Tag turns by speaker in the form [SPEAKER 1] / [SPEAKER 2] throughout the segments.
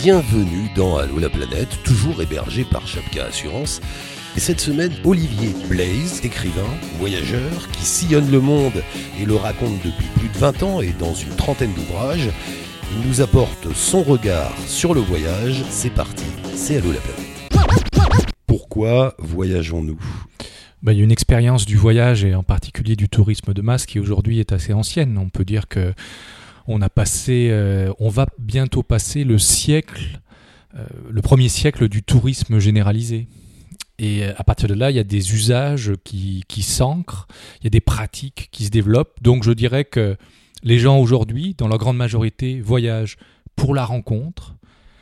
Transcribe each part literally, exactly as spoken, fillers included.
[SPEAKER 1] bienvenue dans Allô la planète, toujours hébergé par Chapka Assurance. Et cette semaine, Olivier Blaise, écrivain, voyageur, qui sillonne le monde et le raconte depuis plus de vingt ans et dans une trentaine d'ouvrages, il nous apporte son regard sur le voyage. C'est parti, c'est Allô la planète. Pourquoi voyageons-nous ?
[SPEAKER 2] Ben, il y a une expérience du voyage et en particulier du tourisme de masse qui aujourd'hui est assez ancienne. On peut dire que on a passé, euh, on va bientôt passer le siècle, euh, le premier siècle du tourisme généralisé. Et à partir de là, il y a des usages qui, qui s'ancrent, il y a des pratiques qui se développent. Donc je dirais que les gens aujourd'hui, dans leur grande majorité, voyagent pour la rencontre,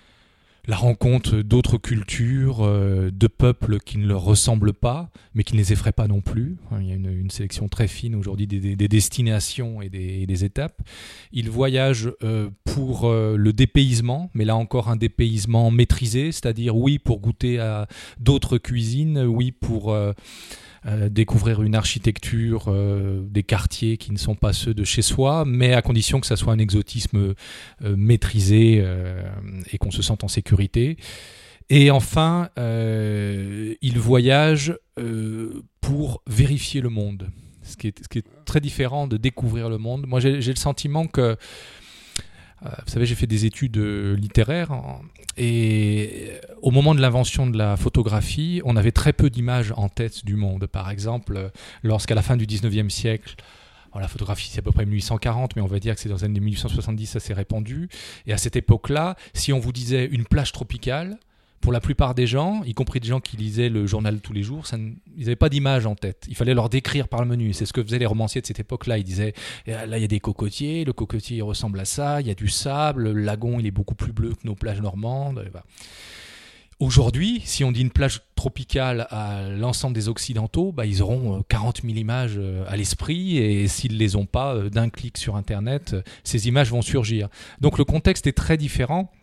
[SPEAKER 2] la rencontre d'autres cultures, euh, de peuples qui ne leur ressemblent pas, mais qui ne les effraient pas non plus. Il y a une, une sélection très fine aujourd'hui des, des, des destinations et des, et des étapes. Ils voyagent euh, pour euh, le dépaysement, mais là encore un dépaysement maîtrisé, c'est-à-dire oui pour goûter à d'autres cuisines, oui pour euh, euh, découvrir une architecture, euh, des quartiers qui ne sont pas ceux de chez soi, mais à condition que ça soit un exotisme euh, maîtrisé euh, et qu'on se sente en sécurité. Et enfin, euh, ils voyagent euh, pour vérifier le monde, ce qui est, ce qui est très différent de découvrir le monde. Moi, j'ai, j'ai le sentiment que, euh, vous savez, j'ai fait des études littéraires hein, et au moment de l'invention de la photographie, on avait très peu d'images en tête du monde. Par exemple, lorsqu'à la fin du dix-neuvième siècle, alors la photographie, c'est à peu près mille huit cent quarante, mais on va dire que c'est dans les années mille huit cent soixante-dix, ça s'est répandu. Et à cette époque-là, si on vous disait une plage tropicale, pour la plupart des gens, y compris des gens qui lisaient le journal tous les jours, ça ne, ils n'avaient pas d'image en tête. Il fallait leur décrire par le menu. Et c'est ce que faisaient les romanciers de cette époque-là. Ils disaient, là, il y a des cocotiers, le cocotier il ressemble à ça, il y a du sable, le lagon, il est beaucoup plus bleu que nos plages normandes. Voilà. Aujourd'hui, si on dit une plage tropicale à l'ensemble des Occidentaux, bah, ils auront quarante mille images à l'esprit et s'ils ne les ont pas, d'un clic sur Internet, ces images vont surgir. Donc le contexte est très différent.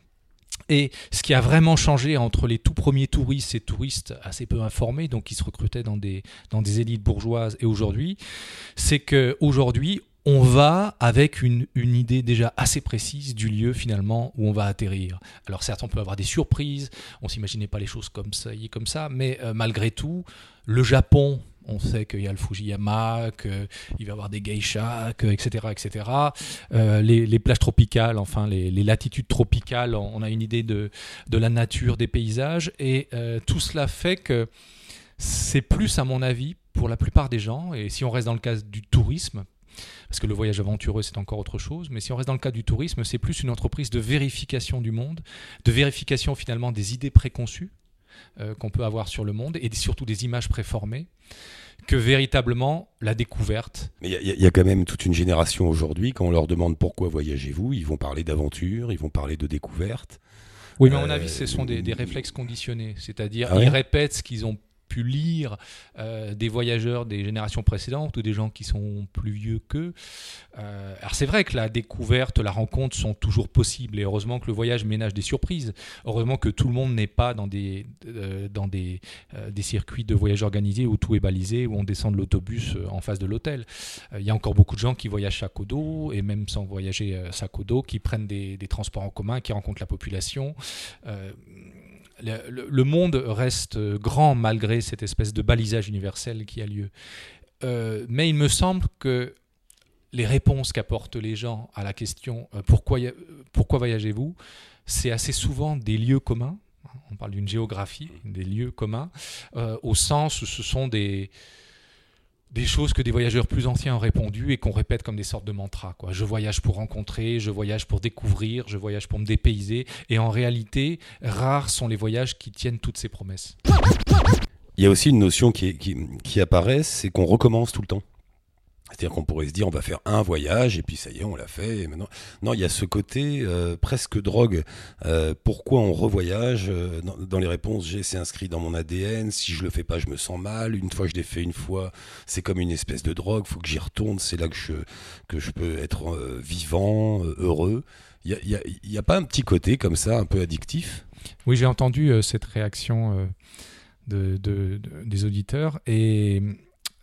[SPEAKER 2] Et ce qui a vraiment changé entre les tout premiers touristes et touristes assez peu informés, donc qui se recrutaient dans des, dans des élites bourgeoises, et aujourd'hui, c'est qu'aujourd'hui, on va avec une, une idée déjà assez précise du lieu finalement où on va atterrir. Alors certes, on peut avoir des surprises, on ne s'imaginait pas les choses comme ça, comme ça mais euh, malgré tout, le Japon, on sait qu'il y a le Fujiyama, qu'il va y avoir des geishas, que, et cetera, et cetera. Euh, les, les plages tropicales, enfin les, les latitudes tropicales, on a une idée de, de la nature, des paysages. Et euh, tout cela fait que c'est plus, à mon avis, pour la plupart des gens, et si on reste dans le cas du tourisme, parce que le voyage aventureux, c'est encore autre chose, mais si on reste dans le cas du tourisme, c'est plus une entreprise de vérification du monde, de vérification finalement des idées préconçues, Euh, qu'on peut avoir sur le monde et surtout des images préformées que véritablement la découverte.
[SPEAKER 1] Mais il y, y a quand même toute une génération aujourd'hui, quand on leur demande pourquoi voyagez-vous, ils vont parler d'aventure, ils vont parler de découverte.
[SPEAKER 2] Oui, mais à mon avis, ce sont des, des réflexes conditionnés, c'est-à-dire ah ouais ils répètent ce qu'ils ont pu lire euh, des voyageurs des générations précédentes ou des gens qui sont plus vieux qu'eux. Euh, alors c'est vrai que la découverte, la rencontre sont toujours possibles et heureusement que le voyage ménage des surprises. Heureusement que tout le monde n'est pas dans des, euh, dans des, euh, des circuits de voyage organisés où tout est balisé, où on descend de l'autobus en face de l'hôtel. Il euh, y a encore beaucoup de gens qui voyagent sac au dos et même sans voyager euh, sac au dos, qui prennent des, des transports en commun, qui rencontrent la population. Euh, Le, le, le monde reste grand malgré cette espèce de balisage universel qui a lieu. Euh, mais il me semble que les réponses qu'apportent les gens à la question euh, pourquoi, pourquoi voyagez-vous, c'est assez souvent des lieux communs. On parle d'une géographie, des lieux communs, euh, au sens où ce sont des... des choses que des voyageurs plus anciens ont répondu et qu'on répète comme des sortes de mantras, quoi. Je voyage pour rencontrer, je voyage pour découvrir, je voyage pour me dépayser. Et en réalité, rares sont les voyages qui tiennent toutes ces promesses.
[SPEAKER 1] Il y a aussi une notion qui, qui, qui apparaît, c'est qu'on recommence tout le temps. C'est-à-dire qu'on pourrait se dire on va faire un voyage et puis ça y est on l'a fait et maintenant non il y a ce côté euh, presque drogue. Euh, pourquoi on revoyage euh, dans, dans les réponses j'ai c'est inscrit dans mon A D N, si je le fais pas je me sens mal, une fois je l'ai fait une fois c'est comme une espèce de drogue, faut que j'y retourne, c'est là que je que je peux être euh, vivant, euh, heureux. Il y a il y a il y a pas un petit côté comme ça un peu addictif?
[SPEAKER 2] Oui, j'ai entendu euh, cette réaction euh, de, de, de des auditeurs et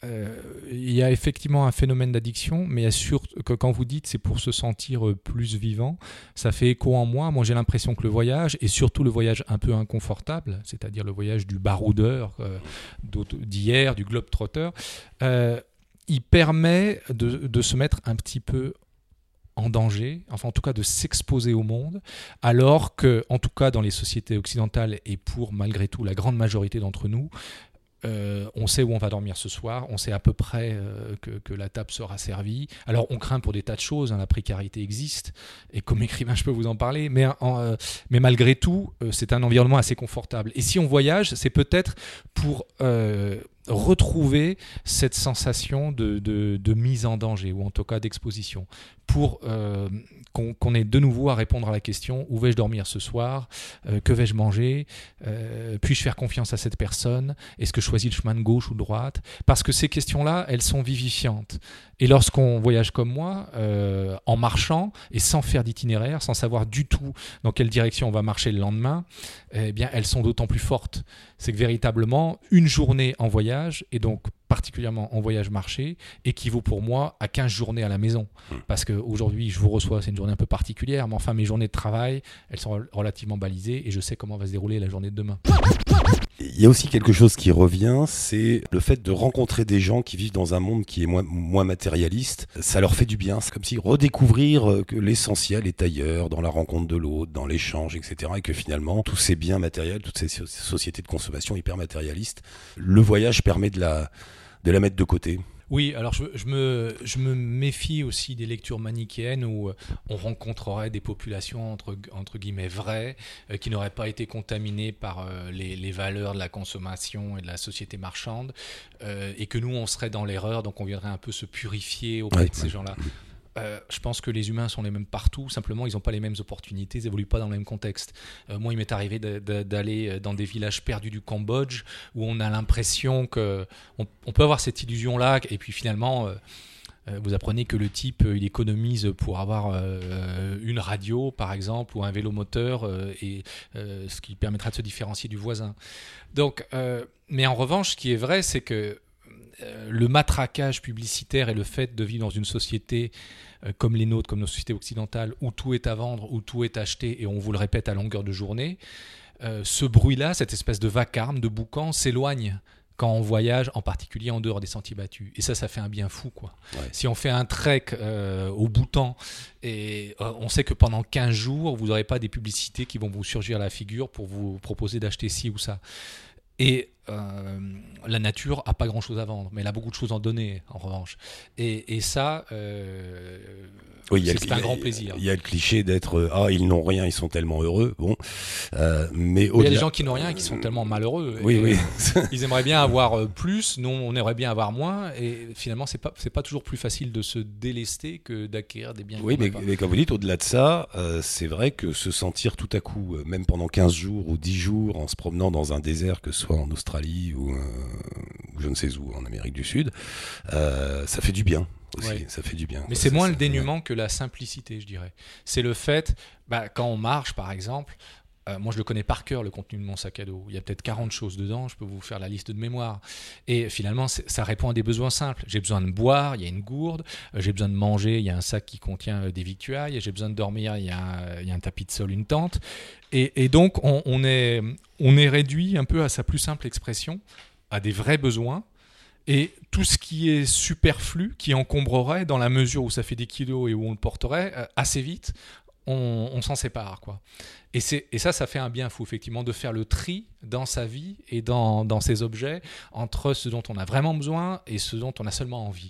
[SPEAKER 2] euh, il y a effectivement un phénomène d'addiction, mais il y a surtout que quand vous dites c'est pour se sentir plus vivant, ça fait écho en moi. Moi, j'ai l'impression que le voyage, et surtout le voyage un peu inconfortable, c'est-à-dire le voyage du baroudeur euh, d'hier, du globe-trotter, euh, il permet de, de se mettre un petit peu en danger, enfin en tout cas de s'exposer au monde, alors que, en tout cas dans les sociétés occidentales et pour malgré tout la grande majorité d'entre nous, Euh, on sait où on va dormir ce soir, on sait à peu près euh, que, que la table sera servie. Alors on craint pour des tas de choses, hein, la précarité existe, et comme écrivain je peux vous en parler, mais, en, euh, mais malgré tout, euh, c'est un environnement assez confortable. Et si on voyage, c'est peut-être pour euh, retrouver cette sensation de, de, de mise en danger, ou en tout cas d'exposition, pour euh, qu'on, qu'on ait de nouveau à répondre à la question: où vais-je dormir ce soir, euh, que vais-je manger, euh, puis-je faire confiance à cette personne, est-ce que je choisis le chemin de gauche ou de droite? Parce que ces questions-là, elles sont vivifiantes. Et lorsqu'on voyage comme moi, euh, en marchant et sans faire d'itinéraire, sans savoir du tout dans quelle direction on va marcher le lendemain, eh bien, elles sont d'autant plus fortes. C'est que véritablement, une journée en voyage, et donc particulièrement en voyage marché, équivaut pour moi à quinze journées à la maison. Parce qu'aujourd'hui, je vous reçois, c'est une journée un peu particulière, mais enfin, mes journées de travail, elles sont relativement balisées et je sais comment va se dérouler la journée de demain.
[SPEAKER 1] Il y a aussi quelque chose qui revient, c'est le fait de rencontrer des gens qui vivent dans un monde qui est moins, moins matérialiste. Ça leur fait du bien. C'est comme si redécouvrir que l'essentiel est ailleurs, dans la rencontre de l'autre, dans l'échange, et cetera. Et que finalement, tous ces biens matériels, toutes ces sociétés de consommation hyper matérialistes, le voyage permet de la, de la mettre de côté.
[SPEAKER 2] Oui, alors je, je, me, je me méfie aussi des lectures manichéennes où on rencontrerait des populations entre, entre guillemets vraies, euh, qui n'auraient pas été contaminées par euh, les, les valeurs de la consommation et de la société marchande, euh, et que nous on serait dans l'erreur, donc on viendrait un peu se purifier auprès ouais, de ces ouais. gens-là. Euh, je pense que les humains sont les mêmes partout, simplement ils n'ont pas les mêmes opportunités, ils n'évoluent pas dans le même contexte. Euh, moi il m'est arrivé de, de, d'aller dans des villages perdus du Cambodge où on a l'impression qu'on on peut avoir cette illusion-là, et puis finalement euh, euh, vous apprenez que le type il économise pour avoir euh, une radio par exemple, ou un vélomoteur, euh, et euh, ce qui permettra de se différencier du voisin. Donc, euh, mais en revanche ce qui est vrai, c'est que euh, le matraquage publicitaire et le fait de vivre dans une société comme les nôtres, comme nos sociétés occidentales, où tout est à vendre, où tout est acheté, et on vous le répète à longueur de journée, euh, ce bruit-là, cette espèce de vacarme, de boucan, s'éloigne quand on voyage, en particulier en dehors des sentiers battus. Et ça, ça fait un bien fou, quoi. Ouais. Si on fait un trek euh, au Bhoutan, et euh, on sait que pendant quinze jours, vous n'aurez pas des publicités qui vont vous surgir à la figure pour vous proposer d'acheter ci ou ça. Et euh, la nature n'a pas grand-chose à vendre, mais elle a beaucoup de choses à en donner, en revanche. Et, et ça, euh, oui, c'est, c'est un grand plaisir.
[SPEAKER 1] Il y a le cliché d'être « Ah, ils n'ont rien, ils sont tellement heureux ». Bon, euh, mais
[SPEAKER 2] il y a des gens qui n'ont rien et qui sont tellement malheureux.
[SPEAKER 1] Oui, oui.
[SPEAKER 2] Ils aimeraient bien avoir plus, nous, on aimerait bien avoir moins. Et finalement, ce n'est pas, c'est pas toujours plus facile de se délester que d'acquérir des biens.
[SPEAKER 1] Oui, mais, mais comme vous dites, au-delà de ça, euh, c'est vrai que se sentir tout à coup, même pendant quinze jours ou dix jours, en se promenant dans un désert, que ce soit en Australie ou, euh, ou je ne sais où, en Amérique du Sud, euh, ça fait du bien aussi, ouais. ça fait du bien.
[SPEAKER 2] Mais quoi, c'est ça, moins ça, le dénuement ouais. que la simplicité, je dirais. C'est le fait, bah, quand on marche par exemple, euh, moi je le connais par cœur, le contenu de mon sac à dos, il y a peut-être quarante choses dedans, je peux vous faire la liste de mémoire, et finalement ça répond à des besoins simples. J'ai besoin de boire, il y a une gourde, euh, j'ai besoin de manger, il y a un sac qui contient euh, des victuailles, j'ai besoin de dormir, il y a un, il y a un tapis de sol, une tente, et, et donc on, on, est, on est réduit un peu à sa plus simple expression, à des vrais besoins. Et tout ce qui est superflu, qui encombrerait, dans la mesure où ça fait des kilos et où on le porterait, euh, assez vite, on, on s'en sépare, quoi. Et, c'est, et ça, ça fait un bien fou, effectivement, de faire le tri dans sa vie et dans, dans ses objets, entre ce dont on a vraiment besoin et ce dont on a seulement envie.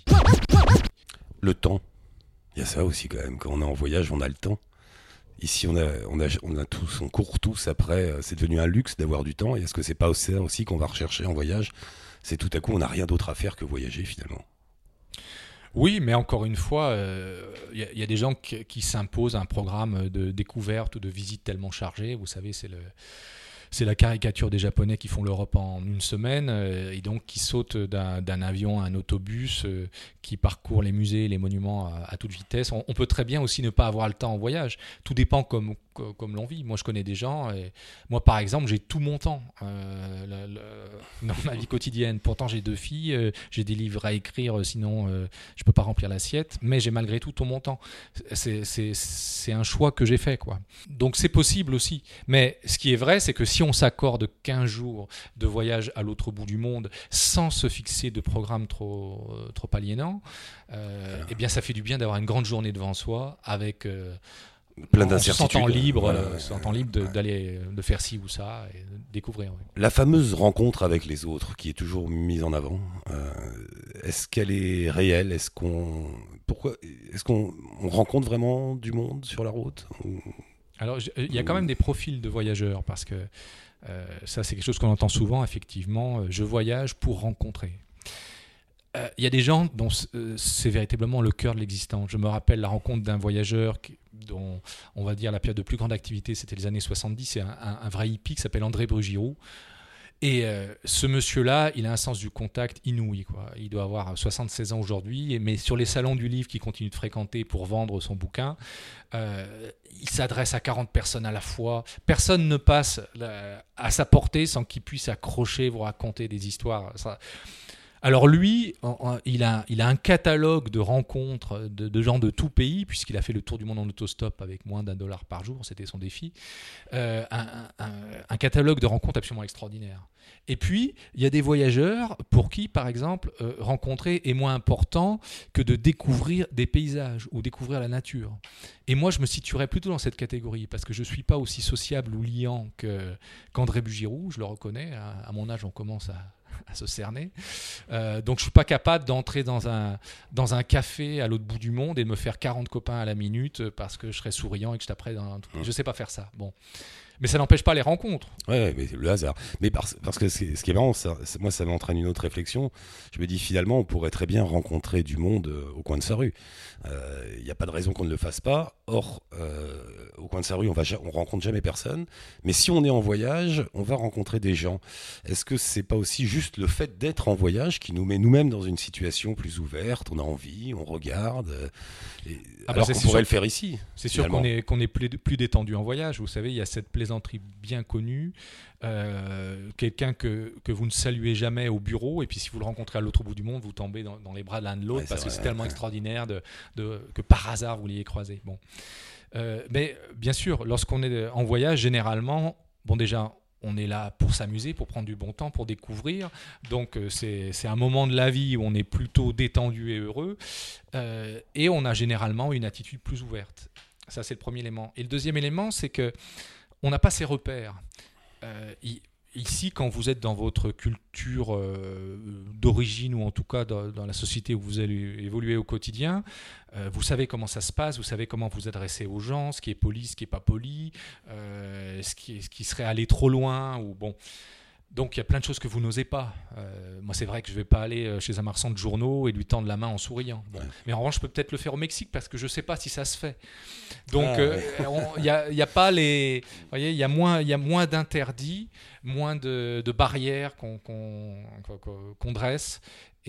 [SPEAKER 1] Le temps. Il y a ça aussi, quand même. Quand on est en voyage, on a le temps. Ici, on a, on a, on a tous, on court tous après. C'est devenu un luxe d'avoir du temps. Et est-ce que c'est pas ça aussi qu'on va rechercher en voyage ? C'est tout à coup, on n'a rien d'autre à faire que voyager, finalement.
[SPEAKER 2] Oui, mais encore une fois, il euh, y, y a des gens qui, qui s'imposent un programme de découverte ou de visite tellement chargé. Vous savez, c'est le, c'est la caricature des Japonais qui font l'Europe en une semaine euh, et donc qui sautent d'un, d'un avion à un autobus, euh, qui parcourent les musées, les monuments à, à toute vitesse. On, on peut très bien aussi ne pas avoir le temps en voyage. Tout dépend comme, comme, comme l'on vit. Moi, je connais des gens. Et moi, par exemple, j'ai tout mon temps euh, le, le, dans ma vie quotidienne. Pourtant, j'ai deux filles, euh, j'ai des livres à écrire, sinon euh, je peux pas remplir l'assiette. Mais j'ai malgré tout tout mon temps. C'est, c'est, c'est un choix que j'ai fait, quoi. Donc, c'est possible aussi. Mais ce qui est vrai, c'est que si on s'accorde quinze jours de voyage à l'autre bout du monde sans se fixer de programme trop, euh, trop aliénant, euh, eh bien, ça fait du bien d'avoir une grande journée devant soi avec euh,
[SPEAKER 1] plein
[SPEAKER 2] en se
[SPEAKER 1] d'incertitudes.
[SPEAKER 2] sentant libre,
[SPEAKER 1] Voilà.
[SPEAKER 2] euh, se sentant libre de,
[SPEAKER 1] Ouais.
[SPEAKER 2] d'aller de faire ci ou ça et de découvrir. Oui.
[SPEAKER 1] La fameuse rencontre avec les autres qui est toujours mise en avant, euh, est-ce qu'elle est réelle? Est-ce qu'on, pourquoi, est-ce qu'on on rencontre vraiment du monde sur la route? Ou-
[SPEAKER 2] Alors, il y a quand même des profils de voyageurs parce que euh, ça, c'est quelque chose qu'on entend souvent. Effectivement, euh, je voyage pour rencontrer. Euh, Il y a des gens dont euh, c'est véritablement le cœur de l'existence. Je me rappelle la rencontre d'un voyageur qui, dont, on va dire, la période de plus grande activité, c'était les années soixante-dix. C'est un, un, un vrai hippie qui s'appelle André Brugiroux. Et euh, ce monsieur-là, il a un sens du contact inouï, quoi. Il doit avoir soixante-seize ans aujourd'hui, mais sur les salons du livre qu'il continue de fréquenter pour vendre son bouquin, euh, il s'adresse à quarante personnes à la fois. Personne ne passe là, à sa portée sans qu'il puisse accrocher, vous raconter des histoires. Ça... Alors lui, en, en, il, a, il a un catalogue de rencontres de, de gens de tout pays, puisqu'il a fait le tour du monde en autostop avec moins d'un dollar par jour, c'était son défi. Euh, un, un, un catalogue de rencontres absolument extraordinaire. Et puis, il y a des voyageurs pour qui, par exemple, euh, rencontrer est moins important que de découvrir des paysages ou découvrir la nature. Et moi, je me situerais plutôt dans cette catégorie, parce que je ne suis pas aussi sociable ou liant que, qu'André Brugiroux, je le reconnais. À, à mon âge, on commence à... à se cerner. Euh, donc je suis pas capable d'entrer dans un, dans un café à l'autre bout du monde et de me faire quarante copains à la minute parce que je serais souriant et que je taperais dans un truc. Je sais pas faire ça. Bon. Mais ça n'empêche pas les rencontres.
[SPEAKER 1] Ouais, ouais, mais c'est le hasard. Mais parce, parce que c'est- ce qui est marrant, ça, c'est- moi, ça m'entraîne une autre réflexion. Je me dis, finalement, on pourrait très bien rencontrer du monde euh, au coin de sa rue. Il n'y a pas de raison qu'on ne le fasse pas. Or, euh, au coin de sa rue, on va, ja- on rencontre jamais personne. Mais si on est en voyage, on va rencontrer des gens. Est-ce que c'est pas aussi juste le fait d'être en voyage qui nous met nous-mêmes dans une situation plus ouverte? On a envie, on regarde. euh, et-
[SPEAKER 2] Ah bah
[SPEAKER 1] alors
[SPEAKER 2] c'est
[SPEAKER 1] qu'on
[SPEAKER 2] sûr.
[SPEAKER 1] pourrait le faire ici.
[SPEAKER 2] C'est sûr
[SPEAKER 1] finalement.
[SPEAKER 2] qu'on est, qu'on est plus, plus détendu en voyage. Vous savez, il y a cette plaisanterie bien connue. Euh, quelqu'un que, que vous ne saluez jamais au bureau, et puis si vous le rencontrez à l'autre bout du monde, vous tombez dans, dans les bras de l'un de l'autre
[SPEAKER 1] Ouais,
[SPEAKER 2] parce
[SPEAKER 1] c'est
[SPEAKER 2] que
[SPEAKER 1] vrai,
[SPEAKER 2] c'est tellement
[SPEAKER 1] ouais.
[SPEAKER 2] extraordinaire de, de, que par hasard vous l'ayez croisé. Bon. Euh, mais bien sûr, lorsqu'on est en voyage, généralement, bon déjà, on est là pour s'amuser, pour prendre du bon temps, pour découvrir. Donc euh, c'est, c'est un moment de la vie où on est plutôt détendu et heureux. Euh, et on a généralement une attitude plus ouverte. Ça, c'est le premier élément. Et le deuxième élément, c'est que on n'a pas ces repères. Euh, i- ici, quand vous êtes dans votre culture euh, d'origine, ou en tout cas dans, dans la société où vous allez évoluer au quotidien, euh, vous savez comment ça se passe, vous savez comment vous adresser aux gens, ce qui est poli, ce qui n'est pas poli, euh, ce, qui, ce qui serait aller trop loin, ou bon... Donc il y a plein de choses que vous n'osez pas. Euh, moi, c'est vrai que je ne vais pas aller chez un marchand de journaux et lui tendre la main en souriant. Bon.
[SPEAKER 1] Ouais.
[SPEAKER 2] Mais en revanche, je peux peut-être le faire au Mexique parce que je ne sais pas si ça se fait. Donc
[SPEAKER 1] Ah,
[SPEAKER 2] euh,
[SPEAKER 1] ouais.
[SPEAKER 2] on- il y a, il y a pas les, vous voyez, il y a moins, il y a moins d'interdits, moins de, de barrières qu'on, qu'on, qu'on- qu'on dresse.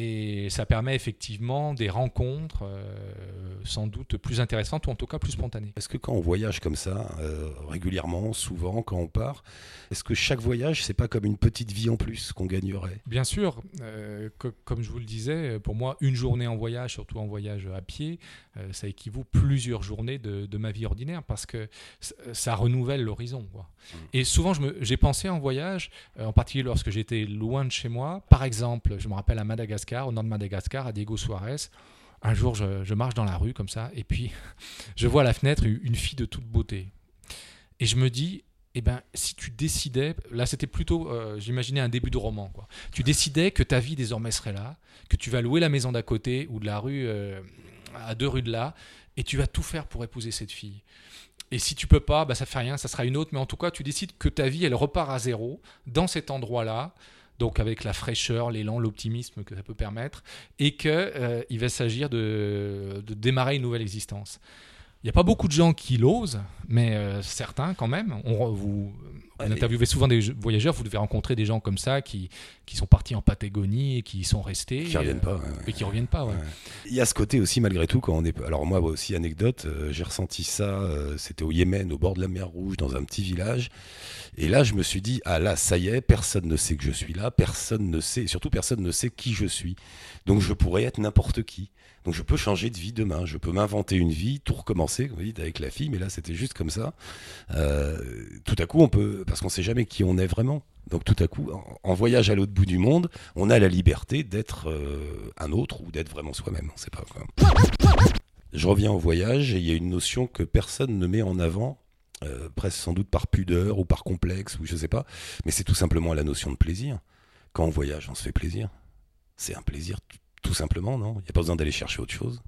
[SPEAKER 2] Et ça permet effectivement des rencontres euh, sans doute plus intéressantes ou en tout cas plus spontanées.
[SPEAKER 1] Est-ce que quand on voyage comme ça, euh, régulièrement, souvent, quand on part, est-ce que chaque voyage, c'est pas comme une petite vie en plus qu'on gagnerait?
[SPEAKER 2] Bien sûr, euh, co- comme je vous le disais, pour moi, une journée en voyage, surtout en voyage à pied, euh, ça équivaut plusieurs journées de, de ma vie ordinaire parce que c- ça renouvelle l'horizon, quoi.
[SPEAKER 1] Mmh.
[SPEAKER 2] Et souvent, je me, j'ai pensé en voyage, euh, en particulier lorsque j'étais loin de chez moi. Par exemple, je me rappelle à Madagascar, au nord de Madagascar, à Diego Suarez. Un jour, je, je marche dans la rue comme ça, et puis je vois à la fenêtre une fille de toute beauté. Et je me dis, eh ben, si tu décidais, là c'était plutôt, euh, j'imaginais un début de roman, quoi. Tu décidais que ta vie désormais serait là, que tu vas louer la maison d'à côté ou de la rue, euh, à deux rues de là, et tu vas tout faire pour épouser cette fille. Et si tu peux pas, bah ça fait rien, ça sera une autre, mais en tout cas tu décides que ta vie elle repart à zéro dans cet endroit-là. Donc avec la fraîcheur, l'élan, l'optimisme que ça peut permettre, et qu'il euh, va s'agir de, de démarrer une nouvelle existence. Il n'y a pas beaucoup de gens qui l'osent, mais euh, certains quand même. On, vous, Vous
[SPEAKER 1] Ouais,
[SPEAKER 2] interviewez souvent des voyageurs, vous devez rencontrer des gens comme ça qui, qui sont partis en Patagonie et qui y sont restés.
[SPEAKER 1] qui reviennent
[SPEAKER 2] euh,
[SPEAKER 1] pas. Ouais, ouais.
[SPEAKER 2] Et qui reviennent pas, ouais.
[SPEAKER 1] Ouais. Il y a ce côté aussi, malgré tout, quand on est. Alors, moi aussi, anecdote, euh, j'ai ressenti ça, euh, c'était au Yémen, au bord de la mer Rouge, dans un petit village. Et là, je me suis dit, ah là, ça y est, personne ne sait que je suis là, personne ne sait, et surtout personne ne sait qui je suis. Donc, je pourrais être n'importe qui. Donc, je peux changer de vie demain, je peux m'inventer une vie, tout recommencer, comme vous dites, avec la fille, mais là, c'était juste comme ça. Euh, tout à coup, on peut. Parce qu'on sait jamais qui on est vraiment. Donc tout à coup, en, en voyage à l'autre bout du monde, on a la liberté d'être euh, un autre ou d'être vraiment soi-même. On sait pas quoi. Je reviens au voyage et il y a une notion que personne ne met en avant, euh, presque sans doute par pudeur ou par complexe ou je sais pas, mais c'est tout simplement la notion de plaisir. Quand on voyage, on se fait plaisir. C'est un plaisir t- tout simplement, non ? Il n'y a pas besoin d'aller chercher autre chose.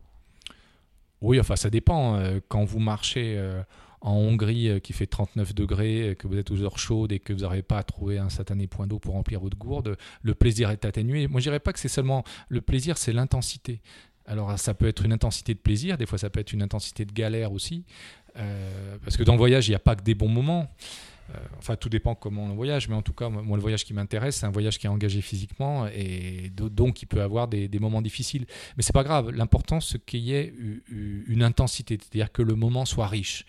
[SPEAKER 2] Oui, enfin, ça dépend. Euh, Quand vous marchez euh, en Hongrie euh, qui fait trente-neuf degrés, euh, que vous êtes aux heures chaudes et que vous n'arrivez pas à trouver un satané point d'eau pour remplir votre gourde, le plaisir est atténué. Moi, je dirais pas que c'est seulement le plaisir, c'est l'intensité. Alors, ça peut être une intensité de plaisir, des fois, ça peut être une intensité de galère aussi. Euh, parce que dans le voyage, il n'y a pas que des bons moments. Euh, enfin, tout dépend comment on voyage, mais en tout cas, moi, le voyage qui m'intéresse, c'est un voyage qui est engagé physiquement et do- donc il peut avoir des, des moments difficiles. Mais c'est pas grave. L'important, c'est qu'il y ait u- u- une intensité, c'est-à-dire que le moment soit riche.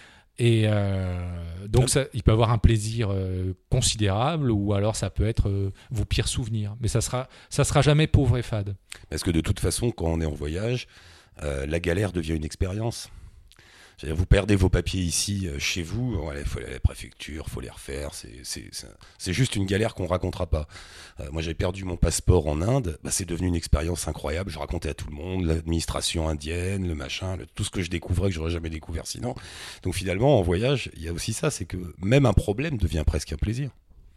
[SPEAKER 2] Et euh, donc, ça, il peut avoir un plaisir euh, considérable, ou alors ça peut être euh, vos pires souvenirs. Mais ça sera, ça sera jamais pauvre et fade.
[SPEAKER 1] Parce que de toute façon, quand on est en voyage, euh, la galère devient une expérience. C'est-à-dire, vous perdez vos papiers ici, euh, chez vous, il faut aller à la préfecture, il faut les refaire, c'est, c'est, c'est, c'est juste une galère qu'on ne racontera pas. Euh, moi, j'ai perdu mon passeport en Inde, bah, c'est devenu une expérience incroyable, je racontais à tout le monde, l'administration indienne, le machin, le, tout ce que je découvrais que j'aurais jamais découvert sinon. Donc finalement, en voyage, il y a aussi ça, c'est que même un problème devient presque un plaisir.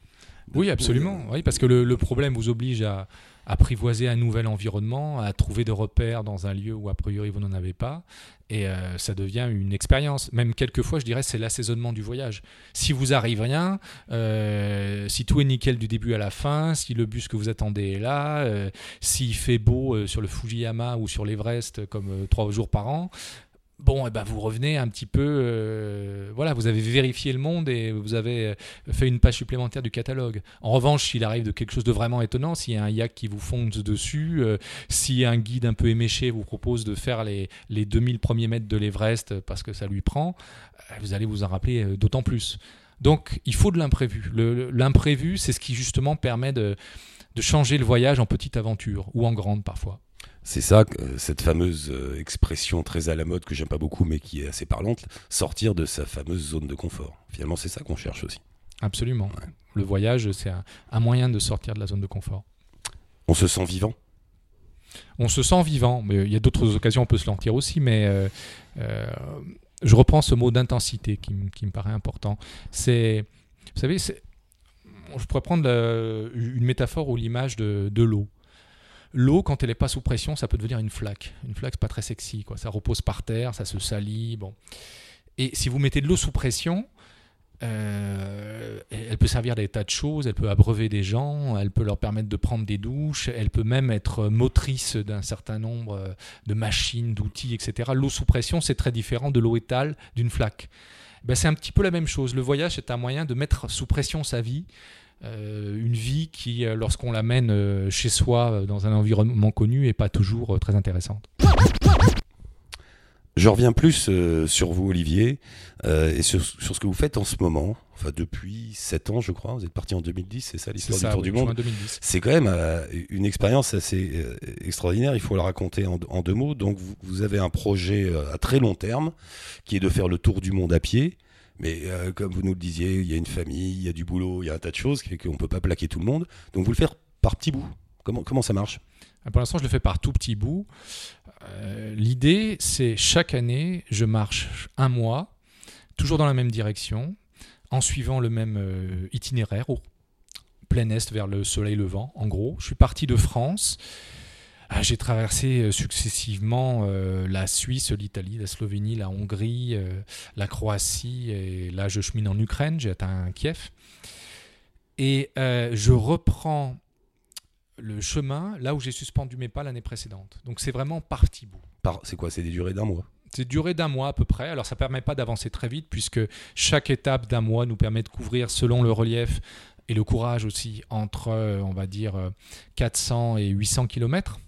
[SPEAKER 2] Oui, absolument. Oui, parce que le, le problème vous oblige à apprivoiser un nouvel environnement, à trouver des repères dans un lieu où a priori vous n'en avez pas, et euh, ça devient une expérience. Même quelquefois, je dirais, c'est l'assaisonnement du voyage. Si vous arrive rien, euh, si tout est nickel du début à la fin, si le bus que vous attendez est là, euh, s'il fait beau euh, sur le Fujiyama ou sur l'Everest comme euh, trois jours par an, bon, eh ben vous revenez un petit peu, euh, voilà, vous avez vérifié le monde et vous avez fait une page supplémentaire du catalogue. En revanche, s'il arrive de quelque chose de vraiment étonnant, s'il y a un yak qui vous fonce dessus, euh, si un guide un peu éméché vous propose de faire les, les deux mille premiers mètres de l'Everest parce que ça lui prend, vous allez vous en rappeler d'autant plus. Donc, il faut de l'imprévu. Le, l'imprévu, c'est ce qui justement permet de, de changer le voyage en petite aventure ou en grande parfois.
[SPEAKER 1] C'est ça, euh, cette fameuse euh, expression très à la mode que j'aime pas beaucoup mais qui est assez parlante, sortir de sa fameuse zone de confort. Finalement, c'est ça qu'on cherche aussi.
[SPEAKER 2] Absolument.
[SPEAKER 1] Ouais.
[SPEAKER 2] Le voyage, c'est un, un moyen de sortir de la zone de confort.
[SPEAKER 1] On se sent vivant.
[SPEAKER 2] On se sent vivant, mais il y a d'autres occasions, on peut se lentir aussi, mais euh, euh, je reprends ce mot d'intensité qui, m- qui me paraît important. C'est, vous savez, c'est, je pourrais prendre la- une métaphore ou l'image de, de l'eau. L'eau, quand elle n'est pas sous pression, ça peut devenir une flaque. Une flaque, c'est pas très sexy, quoi. Ça repose par terre, ça se salit. Bon. Et si vous mettez de l'eau sous pression, euh, elle peut servir à des tas de choses. Elle peut abreuver des gens, elle peut leur permettre de prendre des douches, elle peut même être motrice d'un certain nombre de machines, d'outils, et cetera. L'eau sous pression, c'est très différent de l'eau étale d'une flaque. Ben, c'est un petit peu la même chose. Le voyage est un moyen de mettre sous pression sa vie. Euh, une vie qui, euh, lorsqu'on l'amène euh, chez soi, euh, dans un environnement connu, n'est pas toujours euh, très intéressante.
[SPEAKER 1] Je reviens plus euh, sur vous, Olivier, euh, et sur, sur ce que vous faites en ce moment. Enfin, depuis sept ans, je crois. Vous êtes parti en deux mille dix, c'est ça l'histoire
[SPEAKER 2] C'est ça,
[SPEAKER 1] du Tour
[SPEAKER 2] oui,
[SPEAKER 1] du monde.
[SPEAKER 2] juin deux mille dix.
[SPEAKER 1] C'est quand même euh, une expérience assez euh, extraordinaire. Il faut la raconter en, en deux mots. Donc, vous, vous avez un projet euh, à très long terme, qui est de faire le tour du monde à pied. Mais euh, comme vous nous le disiez, il y a une famille, il y a du boulot, il y a un tas de choses qui fait qu'on ne peut pas plaquer tout le monde. Donc, vous le faites par petits bouts. Comment, comment ça marche ?
[SPEAKER 2] Pour l'instant, je le fais par tout petits bouts. Euh, l'idée, c'est chaque année, je marche un mois, toujours dans la même direction, en suivant le même euh, itinéraire, au plein est vers le soleil levant, en gros. Je suis parti de France. Ah, j'ai traversé euh, successivement euh, la Suisse, l'Italie, la Slovénie, la Hongrie, euh, la Croatie, et là je chemine en Ukraine, j'ai atteint Kiev. Et euh, je reprends le chemin là où j'ai suspendu mes pas l'année précédente. Donc c'est vraiment par petits bouts.
[SPEAKER 1] Par, c'est quoi ? C'est des durées d'un mois ?
[SPEAKER 2] C'est duré d'un mois à peu près. Alors ça ne permet pas d'avancer très vite puisque chaque étape d'un mois nous permet de couvrir selon le relief et le courage aussi entre, on va dire, quatre cents et huit cents kilomètres.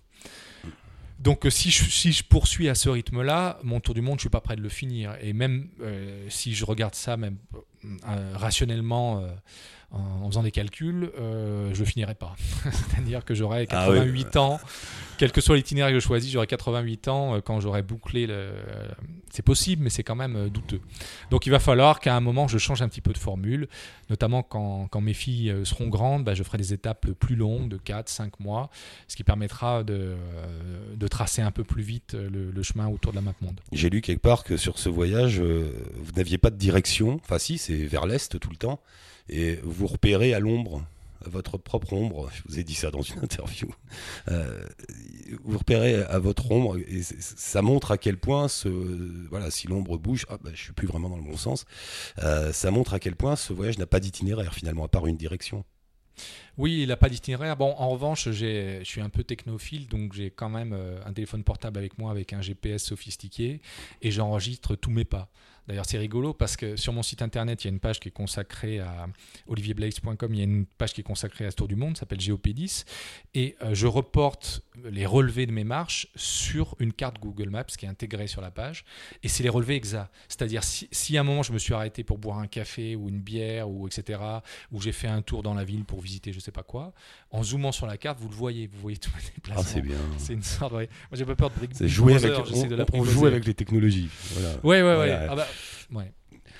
[SPEAKER 2] Donc si je, si je poursuis à ce rythme-là, mon tour du monde, je ne suis pas prêt de le finir. Et même euh, si je regarde ça même euh, rationnellement, euh, en, en faisant des calculs, euh, je ne finirai pas. C'est-à-dire que j'aurai quatre-vingt-huit ah, oui. ans, quel que soit l'itinéraire que je choisis, j'aurai quatre-vingt-huit ans euh, quand j'aurai bouclé le... Euh, c'est possible, mais c'est quand même euh, douteux. Donc il va falloir qu'à un moment, je change un petit peu de formule, notamment quand, quand mes filles euh, seront grandes, bah, je ferai des étapes plus longues, de quatre à cinq mois, ce qui permettra de, euh, de tracer un peu plus vite le, le chemin autour de la map monde.
[SPEAKER 1] J'ai lu quelque part que sur ce voyage, euh, vous n'aviez pas de direction, enfin si, c'est vers l'est tout le temps, et vous repérez à l'ombre, à votre propre ombre, je vous ai dit ça dans une interview, euh, vous repérez à votre ombre, et ça montre à quel point, ce, voilà, si l'ombre bouge, ah, bah, je suis plus vraiment dans le bon sens, euh, ça montre à quel point ce voyage n'a pas d'itinéraire finalement, à part une direction.
[SPEAKER 2] Oui, il n'a pas d'itinéraire. Bon, en revanche, j'ai, je suis un peu technophile, donc j'ai quand même euh, un téléphone portable avec moi avec un G P S sophistiqué et j'enregistre tous mes pas. D'ailleurs, c'est rigolo parce que sur mon site internet, il y a une page qui est consacrée à olivier blaise point com, il y a une page qui est consacrée à ce tour du monde, ça s'appelle G O P dix, et euh, je reporte les relevés de mes marches sur une carte Google Maps qui est intégrée sur la page, et c'est les relevés exacts. C'est-à-dire, si, si à un moment je me suis arrêté pour boire un café ou une bière, ou et cetera, ou j'ai fait un tour dans la ville pour visiter je sais pas quoi, en zoomant sur la carte, vous le voyez, vous voyez tous les déplacements.
[SPEAKER 1] Ah, c'est bien.
[SPEAKER 2] C'est une sorte, ouais. Moi, j'ai pas peur de bric-
[SPEAKER 1] c'est jouer avec,
[SPEAKER 2] heures,
[SPEAKER 1] on,
[SPEAKER 2] de la
[SPEAKER 1] on joue avec les technologies. Voilà.
[SPEAKER 2] Ouais, ouais, ouais.
[SPEAKER 1] Voilà.
[SPEAKER 2] Ah bah, ouais.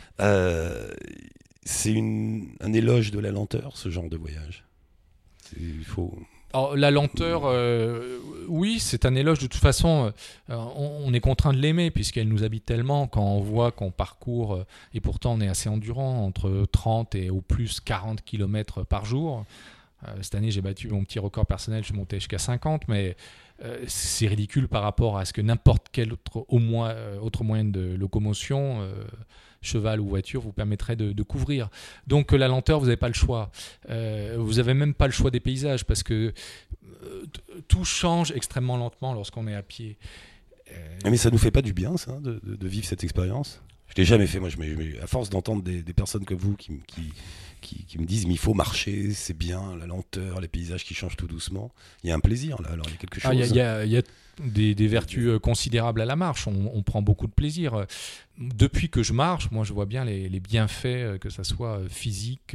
[SPEAKER 1] Euh, c'est une, un éloge de la lenteur, ce genre de voyage. C'est, il faut...
[SPEAKER 2] Alors, la lenteur, euh, oui, c'est un éloge. De toute façon, euh, on, on est contraint de l'aimer puisqu'elle nous habite tellement. Quand on voit qu'on parcourt, euh, et pourtant on est assez endurant, entre trente et au plus quarante kilomètres par jour. Euh, cette année, j'ai battu mon petit record personnel, je suis monté jusqu'à cinquante, mais euh, c'est ridicule par rapport à ce que n'importe quel autre, au moins, euh, autre moyen de locomotion, euh, cheval ou voiture, vous permettrait de, de couvrir. Donc la lenteur, vous n'avez pas le choix. Euh, vous n'avez même pas le choix des paysages parce que euh, tout change extrêmement lentement lorsqu'on est à pied.
[SPEAKER 1] Euh... Mais ça ne nous fait pas du bien, ça, de, de, de vivre cette expérience ? Je ne l'ai jamais fait, moi, je me, à force d'entendre des, des personnes comme vous qui, qui, qui, qui me disent mais il faut marcher, c'est bien, la lenteur, les paysages qui changent tout doucement. Il y a un plaisir, là, alors il y a quelque chose.
[SPEAKER 2] Il ah, y, y, a, y a des, des vertus considérables à la marche, on, on prend beaucoup de plaisir. Depuis que je marche, moi je vois bien les, les bienfaits, que ça soit physique,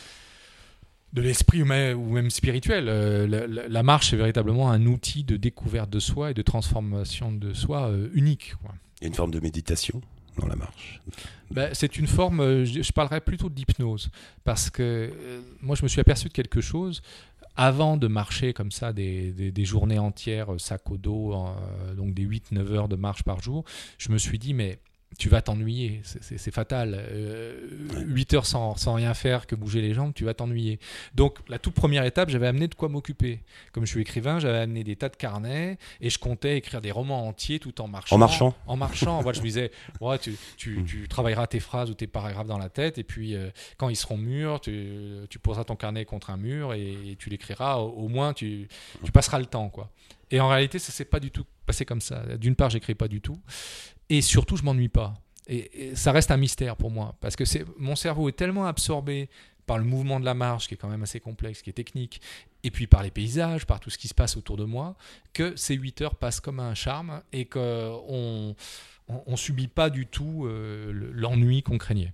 [SPEAKER 2] de l'esprit ou même, ou même spirituel. La, la, la marche est véritablement un outil de découverte de soi et de transformation de soi unique, quoi.
[SPEAKER 1] Il y a une forme de méditation dans la marche.
[SPEAKER 2] Ben, c'est une forme, je, je parlerais plutôt d'hypnose, parce que euh, moi je me suis aperçu de quelque chose, avant de marcher comme ça des, des, des journées entières, sac au dos, euh, donc des huit neuf heures de marche par jour, je me suis dit mais tu vas t'ennuyer, c'est, c'est, c'est fatal. Euh, huit heures sans, sans rien faire que bouger les jambes, tu vas t'ennuyer. Donc la toute première étape, j'avais amené de quoi m'occuper. Comme je suis écrivain, j'avais amené des tas de carnets et je comptais écrire des romans entiers tout en marchant.
[SPEAKER 1] En marchant
[SPEAKER 2] En marchant. Voilà, je me disais, ouais, tu, tu, tu travailleras tes phrases ou tes paragraphes dans la tête et puis euh, quand ils seront mûrs, tu, tu poseras ton carnet contre un mur et, et tu l'écriras. Au, au moins, tu, tu passeras le temps, quoi. Et en réalité, ça ne s'est pas du tout passé comme ça. D'une part, j'écris pas du tout. Et surtout, je m'ennuie pas. Et, et ça reste un mystère pour moi. Parce que c'est, mon cerveau est tellement absorbé par le mouvement de la marche, qui est quand même assez complexe, qui est technique, et puis par les paysages, par tout ce qui se passe autour de moi, que ces huit heures passent comme un charme et qu'on ne subit pas du tout euh, l'ennui qu'on craignait.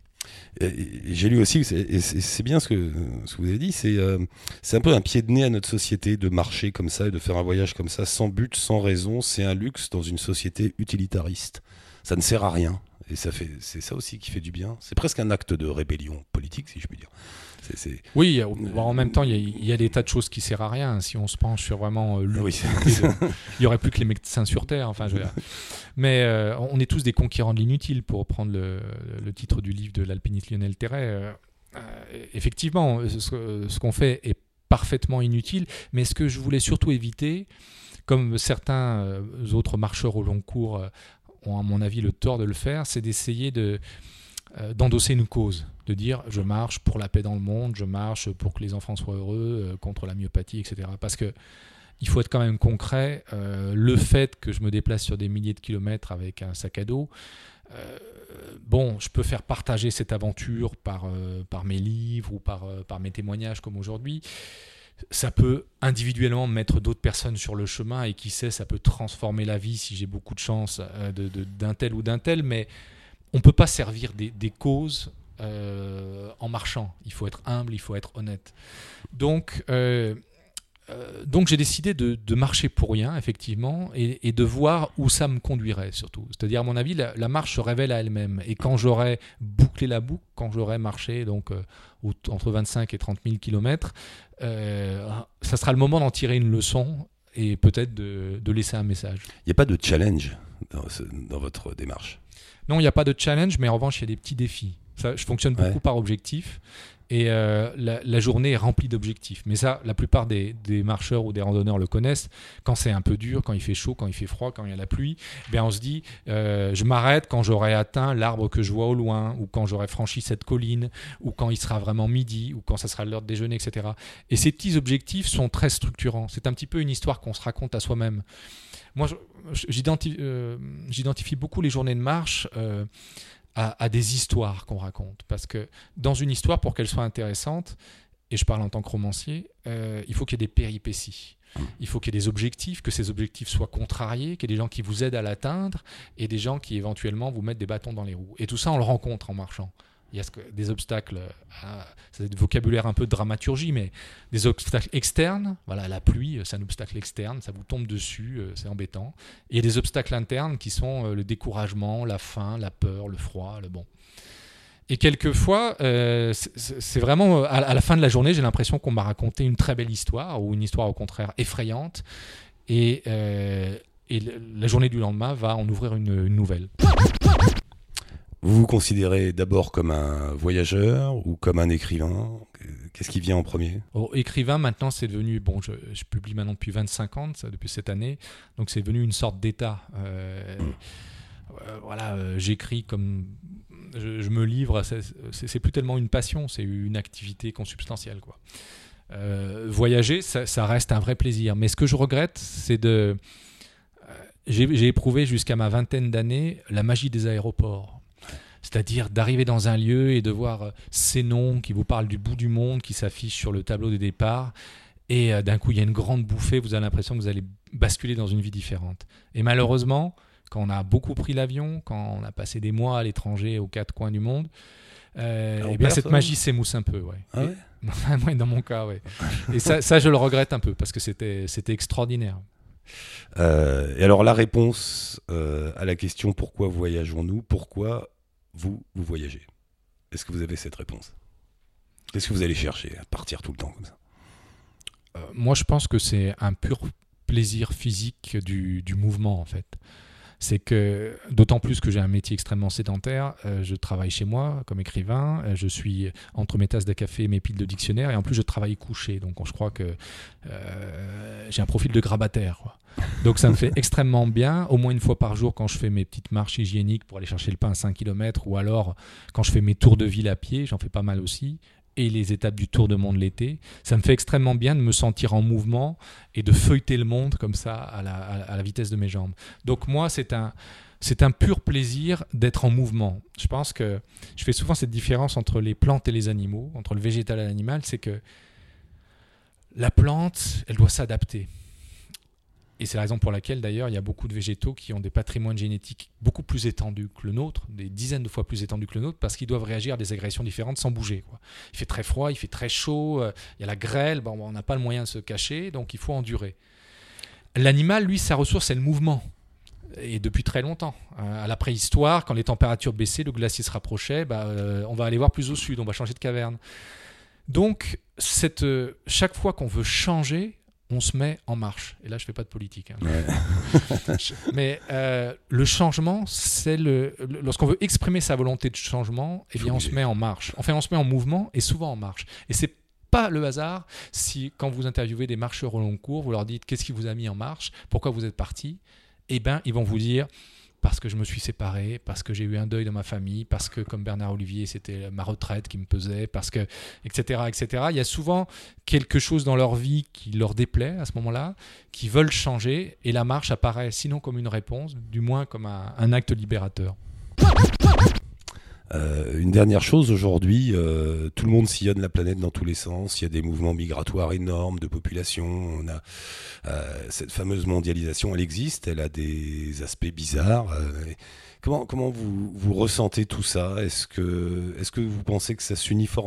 [SPEAKER 1] Et j'ai lu aussi, et c'est bien ce que, ce que vous avez dit, c'est, euh, c'est un peu un pied de nez à notre société de marcher comme ça et de faire un voyage comme ça, sans but, sans raison. C'est un luxe dans une société utilitariste. Ça ne sert à rien. Et ça fait, c'est ça aussi qui fait du bien. C'est presque un acte de rébellion politique, si je puis dire. C'est, c'est...
[SPEAKER 2] Oui, en même temps, il y, y a des tas de choses qui ne servent à rien. Si on se penche sur vraiment euh, oui, il n'y aurait plus que les médecins sur Terre. Enfin, je veux dire. Mais euh, on est tous des conquérants de l'inutile, pour reprendre le, le titre du livre de l'alpiniste Lionel Terray. Euh, euh, effectivement, ce, ce qu'on fait est parfaitement inutile. Mais ce que je voulais surtout éviter, comme certains euh, autres marcheurs au long cours euh, ont, à mon avis, le tort de le faire, c'est d'essayer de... d'endosser une cause, de dire je marche pour la paix dans le monde, je marche pour que les enfants soient heureux, euh, contre la myopathie, et cetera. Parce que il faut être quand même concret. Euh, le fait que je me déplace sur des milliers de kilomètres avec un sac à dos, euh, bon, je peux faire partager cette aventure par, euh, par mes livres ou par, euh, par mes témoignages comme aujourd'hui. Ça peut individuellement mettre d'autres personnes sur le chemin et qui sait, ça peut transformer la vie si j'ai beaucoup de chance euh, de, de, d'un tel ou d'un tel, mais on ne peut pas servir des, des causes euh, en marchant. Il faut être humble, il faut être honnête. Donc, euh, euh, donc j'ai décidé de, de marcher pour rien, effectivement, et, et de voir où ça me conduirait surtout. C'est-à-dire, à mon avis, la, la marche se révèle à elle-même. Et quand j'aurai bouclé la boucle, quand j'aurai marché donc, euh, entre vingt-cinq et trente mille kilomètres, euh, ça sera le moment d'en tirer une leçon et peut-être de, de laisser un message.
[SPEAKER 1] Il n'y a pas de challenge dans, ce, dans votre démarche?
[SPEAKER 2] Non, il n'y a pas de challenge, mais en revanche, il y a des petits défis. Ça, je fonctionne beaucoup ouais. par objectif. Et euh, la, la journée est remplie d'objectifs. Mais ça, la plupart des, des marcheurs ou des randonneurs le connaissent. Quand c'est un peu dur, quand il fait chaud, quand il fait froid, quand il y a la pluie, ben on se dit, euh, je m'arrête quand j'aurai atteint l'arbre que je vois au loin, ou quand j'aurai franchi cette colline, ou quand il sera vraiment midi, ou quand ça sera l'heure de déjeuner, et cetera. Et ces petits objectifs sont très structurants. C'est un petit peu une histoire qu'on se raconte à soi-même. Moi, je, j'identifie, euh, j'identifie beaucoup les journées de marche euh, à, à des histoires qu'on raconte. Parce que dans une histoire, pour qu'elle soit intéressante, et je parle en tant que romancier, euh, il faut qu'il y ait des péripéties. Il faut qu'il y ait des objectifs, que ces objectifs soient contrariés, qu'il y ait des gens qui vous aident à l'atteindre et des gens qui éventuellement vous mettent des bâtons dans les roues. Et tout ça, on le rencontre en marchant. Il y a des obstacles, ah, c'est du vocabulaire un peu de dramaturgie, mais des obstacles externes. Voilà, la pluie, c'est un obstacle externe, ça vous tombe dessus, c'est embêtant. Et il y a des obstacles internes qui sont le découragement, la faim, la peur, le froid, le bon. Et quelquefois, euh, c'est, c'est vraiment à, à la fin de la journée, j'ai l'impression qu'on m'a raconté une très belle histoire, ou une histoire au contraire effrayante. Et, euh, et la journée du lendemain va en ouvrir une, une nouvelle.
[SPEAKER 1] Vous vous considérez d'abord comme un voyageur ou comme un écrivain? Qu'est-ce qui vient en premier?
[SPEAKER 2] Oh, écrivain, maintenant, c'est devenu... Bon, je, je publie maintenant depuis vingt-cinq ans, ça, depuis cette année. Donc, c'est devenu une sorte d'état. Euh, mmh. euh, voilà, euh, j'écris comme... Je, je me livre. C'est, c'est, c'est plus tellement une passion, c'est une activité consubstantielle, quoi. Euh, voyager, ça, ça reste un vrai plaisir. Mais ce que je regrette, c'est de... Euh, j'ai, j'ai éprouvé jusqu'à ma vingtaine d'années la magie des aéroports. C'est-à-dire d'arriver dans un lieu et de voir ces noms qui vous parlent du bout du monde, qui s'affichent sur le tableau des départs. Et euh, d'un coup, il y a une grande bouffée, vous avez l'impression que vous allez basculer dans une vie différente. Et malheureusement, quand on a beaucoup pris l'avion, quand on a passé des mois à l'étranger, aux quatre coins du monde, euh, et bien cette magie s'émousse un peu. Ouais.
[SPEAKER 1] Ah ouais
[SPEAKER 2] et, ouais, dans mon cas, ouais. Et ça, ça, je le regrette un peu, parce que c'était, c'était extraordinaire.
[SPEAKER 1] Euh, et alors, la réponse euh, à la question « Pourquoi voyageons-nous » Pourquoi Vous, vous voyagez. Est-ce que vous avez cette réponse? Qu'est-ce que vous allez chercher à partir tout le temps comme ça?
[SPEAKER 2] euh, Moi, je pense que c'est un pur plaisir physique du, du mouvement, en fait. C'est que, d'autant plus que j'ai un métier extrêmement sédentaire, euh, je travaille chez moi comme écrivain, euh, je suis entre mes tasses de café et mes piles de dictionnaire, et en plus je travaille couché, donc je crois que euh, j'ai un profil de grabataire, quoi. Donc ça me fait extrêmement bien, au moins une fois par jour quand je fais mes petites marches hygiéniques pour aller chercher le pain à cinq kilomètres, ou alors quand je fais mes tours de ville à pied, j'en fais pas mal aussi, et les étapes du Tour de Monde l'été. Ça me fait extrêmement bien de me sentir en mouvement et de feuilleter le monde comme ça à la, à la vitesse de mes jambes. Donc moi, c'est un, c'est un pur plaisir d'être en mouvement. Je pense que je fais souvent cette différence entre les plantes et les animaux, entre le végétal et l'animal, c'est que la plante, elle doit s'adapter. Et c'est la raison pour laquelle, d'ailleurs, il y a beaucoup de végétaux qui ont des patrimoines génétiques beaucoup plus étendus que le nôtre, des dizaines de fois plus étendus que le nôtre, parce qu'ils doivent réagir à des agressions différentes sans bouger, quoi. Il fait très froid, il fait très chaud, euh, il y a la grêle, bon, on n'a pas le moyen de se cacher, donc il faut endurer. L'animal, lui, sa ressource, c'est le mouvement. Et depuis très longtemps. À la préhistoire, quand les températures baissaient, le glacier se rapprochait, bah, euh, on va aller voir plus au sud, on va changer de caverne. Donc, cette, euh, chaque fois qu'on veut changer, on se met en marche. Et là, je ne fais pas de politique. Hein. Ouais. Mais euh, le changement, c'est le, le... Lorsqu'on veut exprimer sa volonté de changement, eh bien, on se met en marche. Enfin, on se met en mouvement et souvent en marche. Et ce n'est pas le hasard si, quand vous interviewez des marcheurs au long cours, vous leur dites « Qu'est-ce qui vous a mis en marche? Pourquoi vous êtes parti ?» Eh bien, ils vont vous dire parce que je me suis séparé, parce que j'ai eu un deuil dans ma famille, parce que, comme Bernard Olivier, c'était ma retraite qui me pesait, parce que, et cetera, et cetera. Il y a souvent quelque chose dans leur vie qui leur déplaît à ce moment-là, qui veulent changer, et la marche apparaît sinon comme une réponse, du moins comme un, un acte libérateur.
[SPEAKER 1] Euh, une dernière chose, aujourd'hui, euh, tout le monde sillonne la planète dans tous les sens. Il y a des mouvements migratoires énormes de population. On a euh, cette fameuse mondialisation, elle existe, elle a des aspects bizarres. Euh, comment comment vous, vous ressentez tout ça ? Est-ce que est-ce que vous pensez que ça s'uniformise ?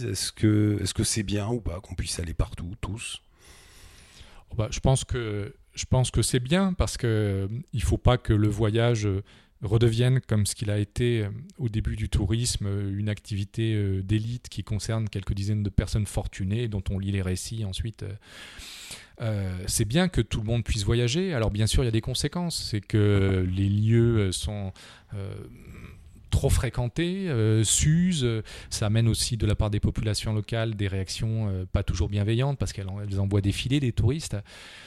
[SPEAKER 1] Est-ce que est-ce que c'est bien ou pas qu'on puisse aller partout, tous ?
[SPEAKER 2] Bah, je pense que je pense que c'est bien parce que il faut pas que le voyage redevienne comme ce qu'il a été au début du tourisme, une activité d'élite qui concerne quelques dizaines de personnes fortunées dont on lit les récits ensuite. Euh, c'est bien que tout le monde puisse voyager. Alors bien sûr, il y a des conséquences. C'est que les lieux sont euh, trop fréquentés, euh, s'usent. Ça amène aussi de la part des populations locales des réactions euh, pas toujours bienveillantes parce qu'elles elles envoient défiler des touristes.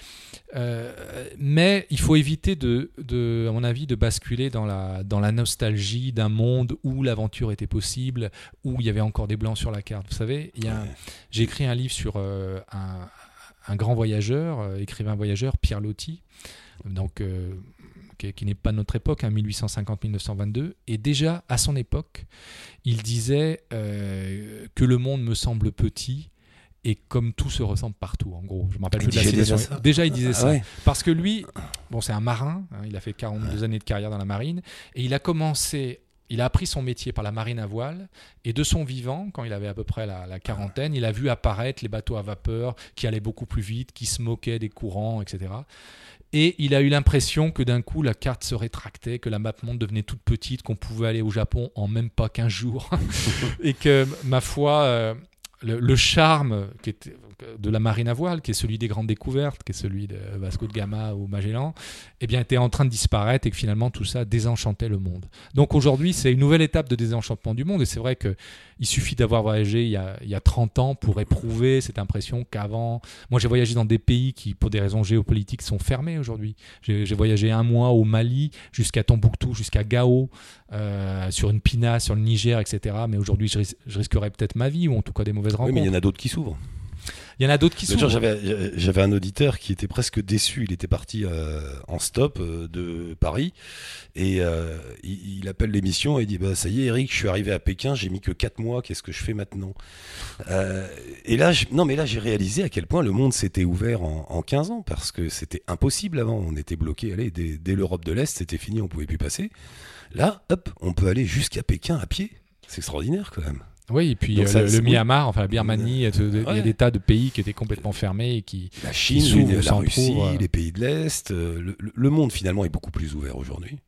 [SPEAKER 2] Euh, mais il faut éviter de, de, à mon avis, de basculer dans la, dans la nostalgie d'un monde où l'aventure était possible, où il y avait encore des blancs sur la carte. Vous savez, il y a un, j'ai écrit un livre sur euh, un, un grand voyageur, euh, écrivain voyageur, Pierre Loti, donc, euh, qui, qui n'est pas de notre époque, hein, dix-huit cent cinquante à dix-neuf cent vingt-deux, et déjà à son époque, il disait euh, que le monde me semble petit. Et comme tout se ressemble partout, en gros. Je me rappelle plus de la citation. Déjà, déjà, il disait ah, ça. Ouais. Parce que lui, bon, c'est un marin. Hein, il a fait quarante-deux ouais. années de carrière dans la marine. Et il a commencé, il a appris son métier par la marine à voile. Et de son vivant, quand il avait à peu près la, la quarantaine, il a vu apparaître les bateaux à vapeur qui allaient beaucoup plus vite, qui se moquaient des courants, et cetera. Et il a eu l'impression que d'un coup, la carte se rétractait, que la map monde devenait toute petite, qu'on pouvait aller au Japon en même pas quinze jours. Et que, ma foi... Euh, Le, le charme qui est de la marine à voile, qui est celui des grandes découvertes, qui est celui de Vasco de Gama ou Magellan, eh bien, était en train de disparaître et que finalement tout ça désenchantait le monde. Donc aujourd'hui, c'est une nouvelle étape de désenchantement du monde et c'est vrai qu'il suffit d'avoir voyagé il y, a, il y a trente ans pour éprouver cette impression qu'avant... Moi, j'ai voyagé dans des pays qui, pour des raisons géopolitiques, sont fermés aujourd'hui. J'ai, j'ai voyagé un mois au Mali, jusqu'à Tombouctou, jusqu'à Gao, euh, sur une pinasse, sur le Niger, et cetera. Mais aujourd'hui, je, ris- je risquerais peut-être ma vie ou en tout cas des mauvaises rencontres.
[SPEAKER 1] Oui, mais il y en a d'autres qui s'ouvrent.
[SPEAKER 2] Il y en a d'autres qui
[SPEAKER 1] sont. J'avais, j'avais un auditeur qui était presque déçu. Il était parti euh, en stop euh, de Paris et euh, il, il appelle l'émission et il dit bah, ça y est, Eric, je suis arrivé à Pékin, j'ai mis que quatre mois, qu'est-ce que je fais maintenant euh, Et là, je, non, mais là, j'ai réalisé à quel point le monde s'était ouvert en, en quinze ans parce que c'était impossible avant. On était bloqué. Allez, dès, dès l'Europe de l'Est, c'était fini, on pouvait plus passer. Là, hop, on peut aller jusqu'à Pékin à pied. C'est extraordinaire quand même.
[SPEAKER 2] Oui, et puis
[SPEAKER 1] Donc
[SPEAKER 2] euh,
[SPEAKER 1] ça,
[SPEAKER 2] le, le
[SPEAKER 1] oui.
[SPEAKER 2] Myanmar, enfin la Birmanie,
[SPEAKER 1] Euh,
[SPEAKER 2] il
[SPEAKER 1] ouais.
[SPEAKER 2] y a des tas de pays qui étaient complètement fermés et qui
[SPEAKER 1] La Chine,
[SPEAKER 2] qui s'ouvrent,
[SPEAKER 1] la Russie,
[SPEAKER 2] euh...
[SPEAKER 1] les pays de l'Est, euh, le, le monde finalement est beaucoup plus ouvert aujourd'hui.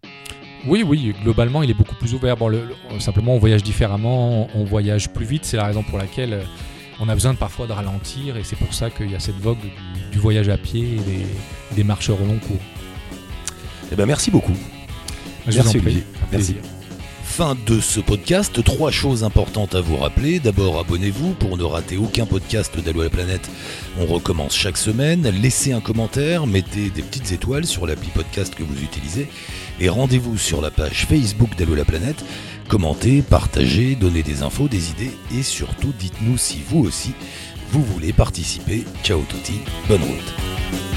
[SPEAKER 2] Oui, oui, globalement il est beaucoup plus ouvert. Bon, le, le, simplement on voyage différemment, on, on voyage plus vite, c'est la raison pour laquelle euh, on a besoin de, parfois de ralentir et c'est pour ça qu'il y a cette vogue du, du voyage à pied et des, des marcheurs au long cours.
[SPEAKER 1] Eh ben merci beaucoup.
[SPEAKER 2] Je
[SPEAKER 1] merci
[SPEAKER 2] vous en
[SPEAKER 1] Olivier.
[SPEAKER 2] prie,
[SPEAKER 1] Merci.
[SPEAKER 3] Fin de ce podcast, trois choses importantes à vous rappeler. D'abord, abonnez-vous pour ne rater aucun podcast d'Allo à la planète. On recommence chaque semaine. Laissez un commentaire, mettez des petites étoiles sur l'appli podcast que vous utilisez et rendez-vous sur la page Facebook d'Allo à la planète. Commentez, partagez, donnez des infos, des idées et surtout dites-nous si vous aussi vous voulez participer. Ciao tutti, bonne route.